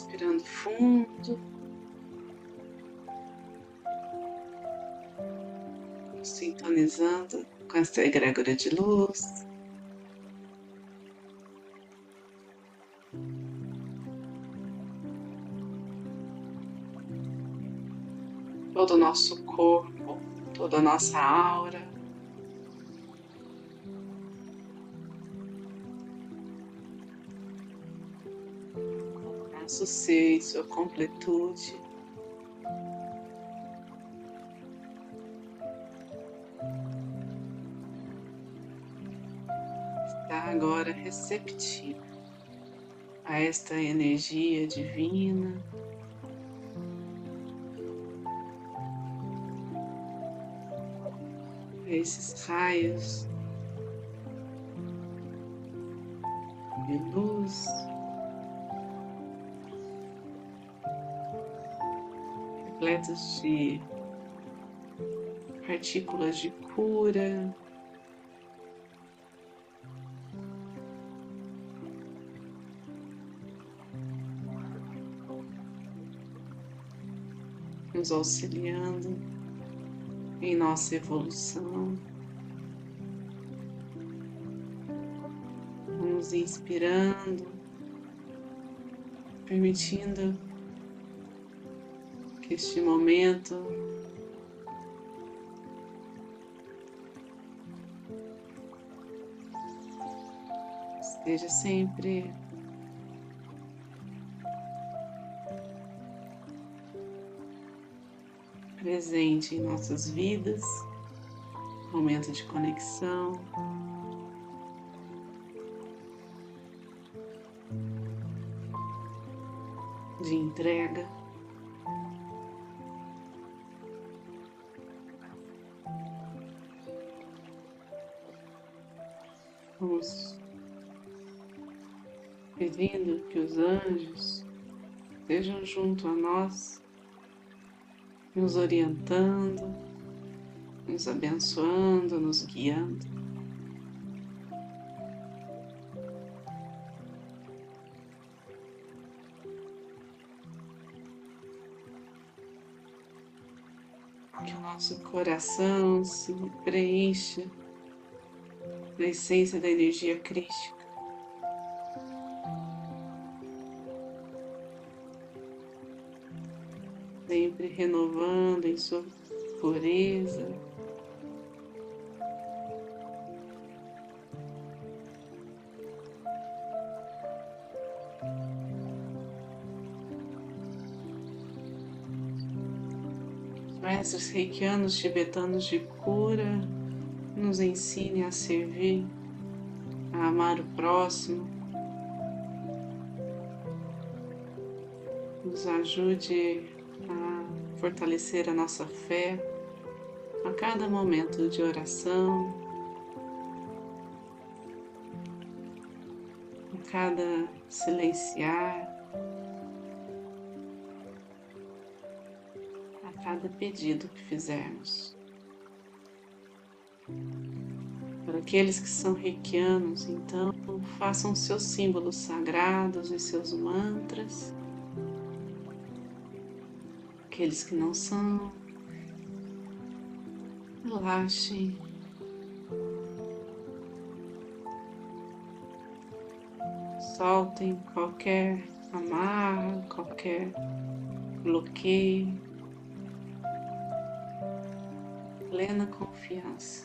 Respirando fundo, sintonizando com essa egrégora de luz. Todo o nosso corpo, toda a nossa aura. Nosso ser em sua completude. Está agora receptivo a esta energia divina. A esses raios de luz. Repletos de partículas de cura. Nos auxiliando em nossa evolução. Nos inspirando, permitindo que este momento esteja sempre presente em nossas vidas, momento de conexão, de entrega. Vamos pedindo que os anjos estejam junto a nós, nos orientando, nos abençoando, nos guiando. Que o nosso coração se preencha da essência da energia crística. Sempre renovando em sua pureza. Os mestres reikianos tibetanos de cura nos ensinem a servir, a amar o próximo, nos ajude a fortalecer a nossa fé a cada momento de oração, a cada silenciar, a cada pedido que fizermos. Para aqueles que são reikianos, então, façam seus símbolos sagrados e seus mantras. Aqueles que não são, relaxem. Soltem qualquer amarra, qualquer bloqueio. Plena confiança.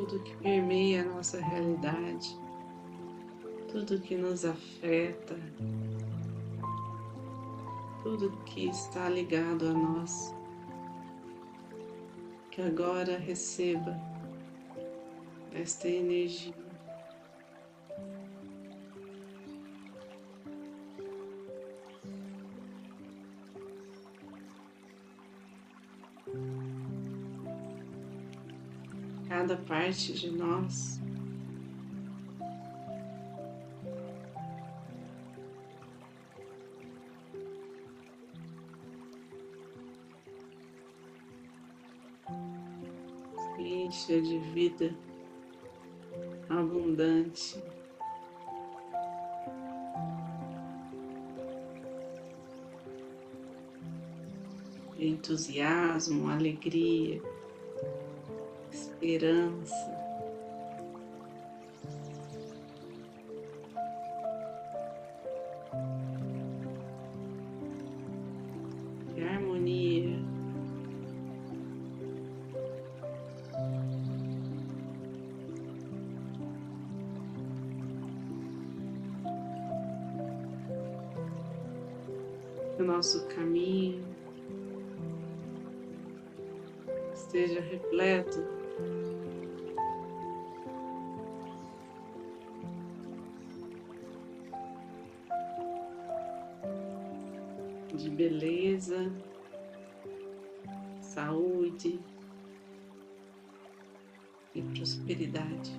tudo que permeia a nossa realidade, tudo que nos afeta, tudo que está ligado a nós, que agora receba esta energia. Cada parte de nós se enche de vida abundante, de entusiasmo, alegria, esperança. De harmonia, que o nosso caminho esteja repleto de beleza, saúde e prosperidade.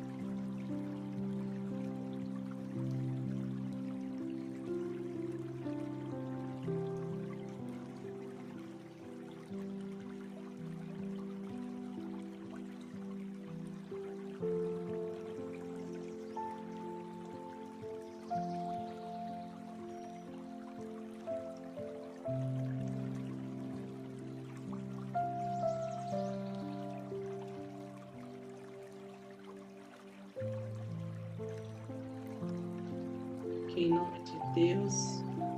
Que em nome de Deus,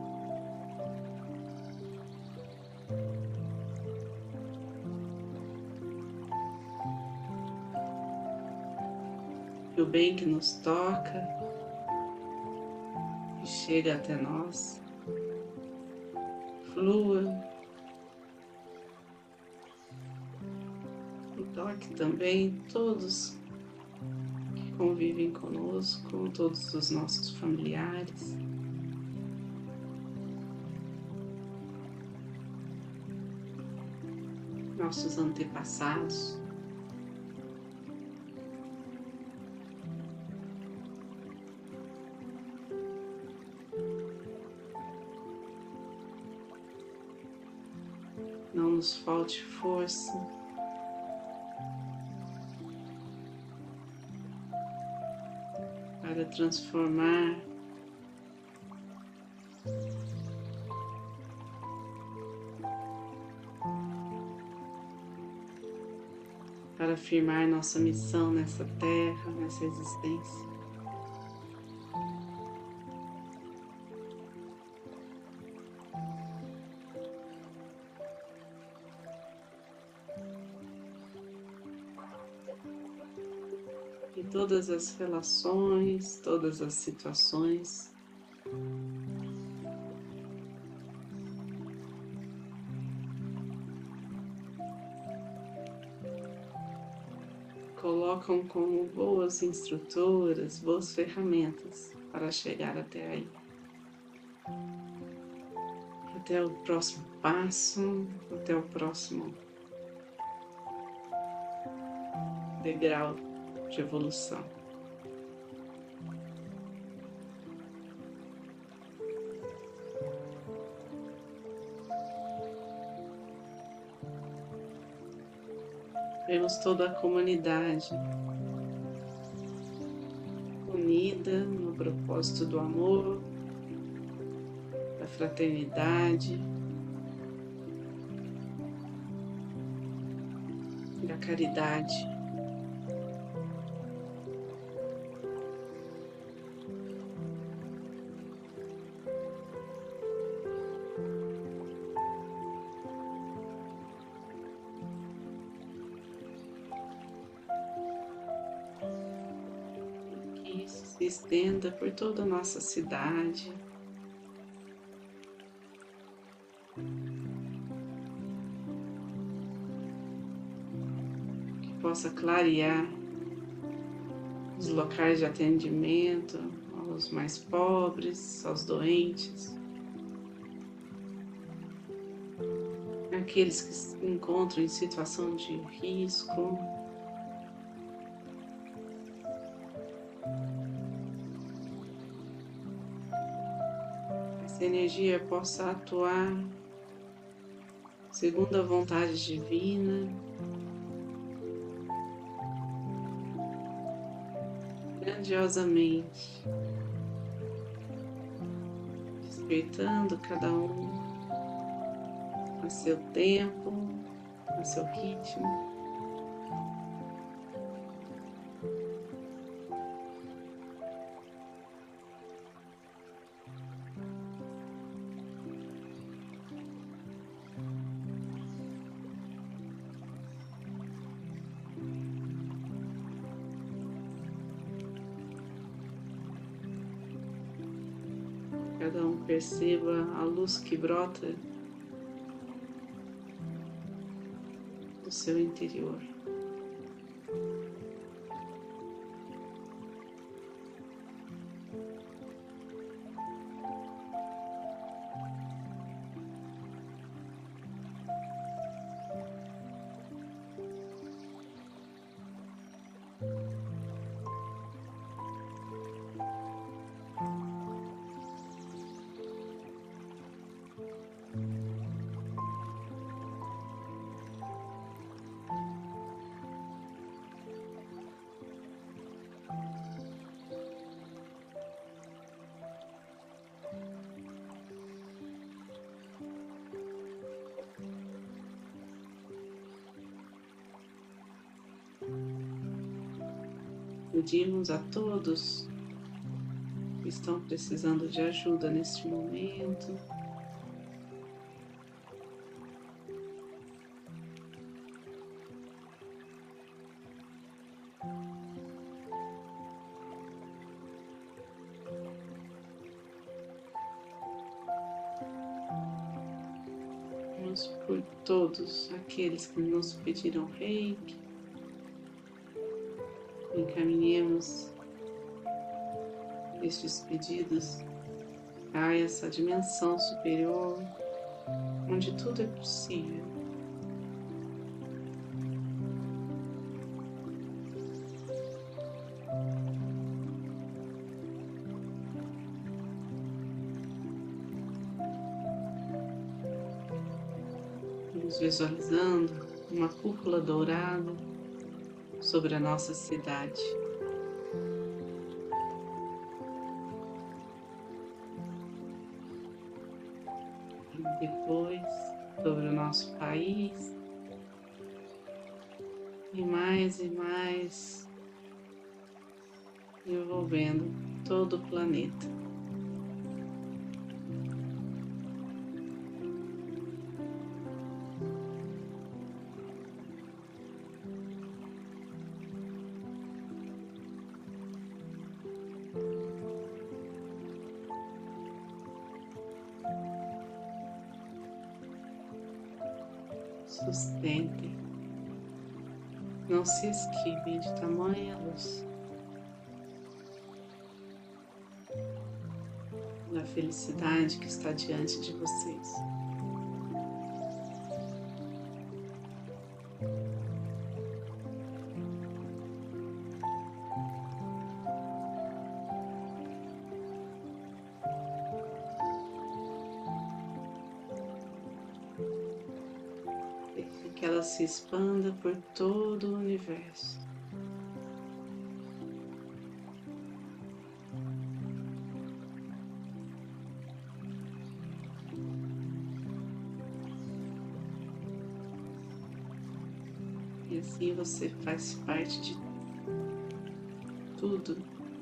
que o bem que nos toca, que chega até nós, flua e toque também todos que convivem conosco, todos os nossos familiares. Nossos antepassados. Não nos falte força para transformar para afirmar nossa missão nessa terra, nessa existência. E todas as relações, todas as situações colocam como boas instrutoras, boas ferramentas para chegar até aí. Até o próximo passo, até o próximo degrau de evolução. Vemos toda a comunidade unida no propósito do amor, da fraternidade, da caridade. isso se estenda por toda a nossa cidade. Que possa clarear os locais de atendimento aos mais pobres, aos doentes, aqueles que se encontram em situação de risco. Essa energia possa atuar segundo a vontade divina, grandiosamente, despertando cada um a seu tempo, a seu ritmo. Cada um perceba a luz que brota do seu interior. Pedimos a todos que estão precisando de ajuda neste momento, pedimos por todos aqueles que nos pediram reiki, encaminhemos estes pedidos a essa dimensão superior, onde tudo é possível. Vamos visualizando uma cúpula dourada sobre a nossa cidade. E depois sobre o nosso país. E mais envolvendo todo o planeta. Sustentem, não se esquivem de tamanha luz da felicidade que está diante de vocês. Deixe que ela se expanda por todo o universo. E assim você faz parte de tudo,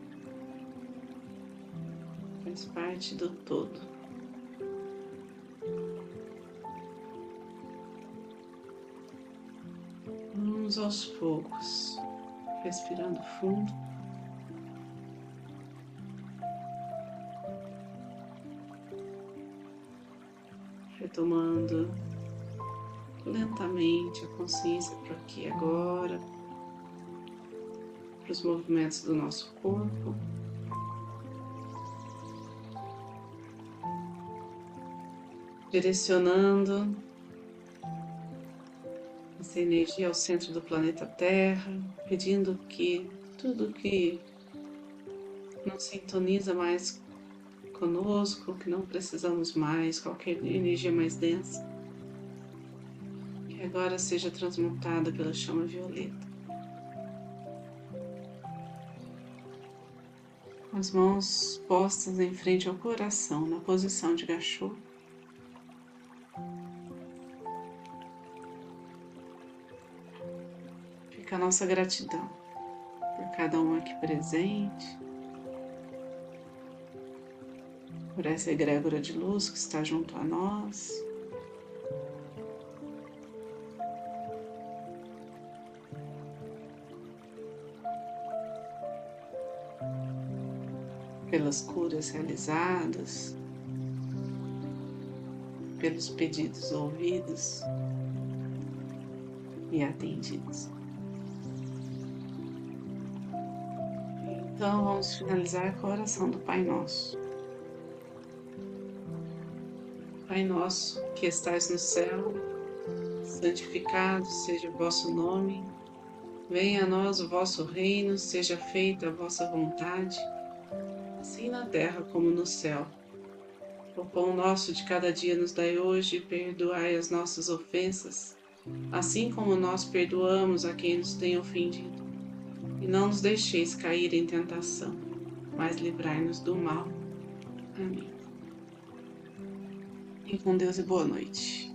faz parte do todo. Vamos aos poucos, respirando fundo. retomando lentamente a consciência para aqui e agora, para os movimentos do nosso corpo. Direcionando essa energia ao centro do planeta Terra, pedindo que tudo que não sintoniza mais conosco, que não precisamos mais, qualquer energia mais densa, que agora seja transmutada pela chama violeta. As mãos postas em frente ao coração, na posição de Gachô. Fica a nossa gratidão por cada um aqui presente, por essa egrégora de luz que está junto a nós. Pelas curas realizadas, pelos pedidos ouvidos e atendidos. Então vamos finalizar com a oração do Pai Nosso. Pai nosso, que estais no céu, santificado seja o vosso nome, venha a nós o vosso reino, seja feita a vossa vontade, assim na terra como no céu. O pão nosso de cada dia nos dai hoje, e perdoai as nossas ofensas, assim como nós perdoamos a quem nos tem ofendido. E não nos deixeis cair em tentação, mas livrai-nos do mal. Amém. E com Deus e boa noite.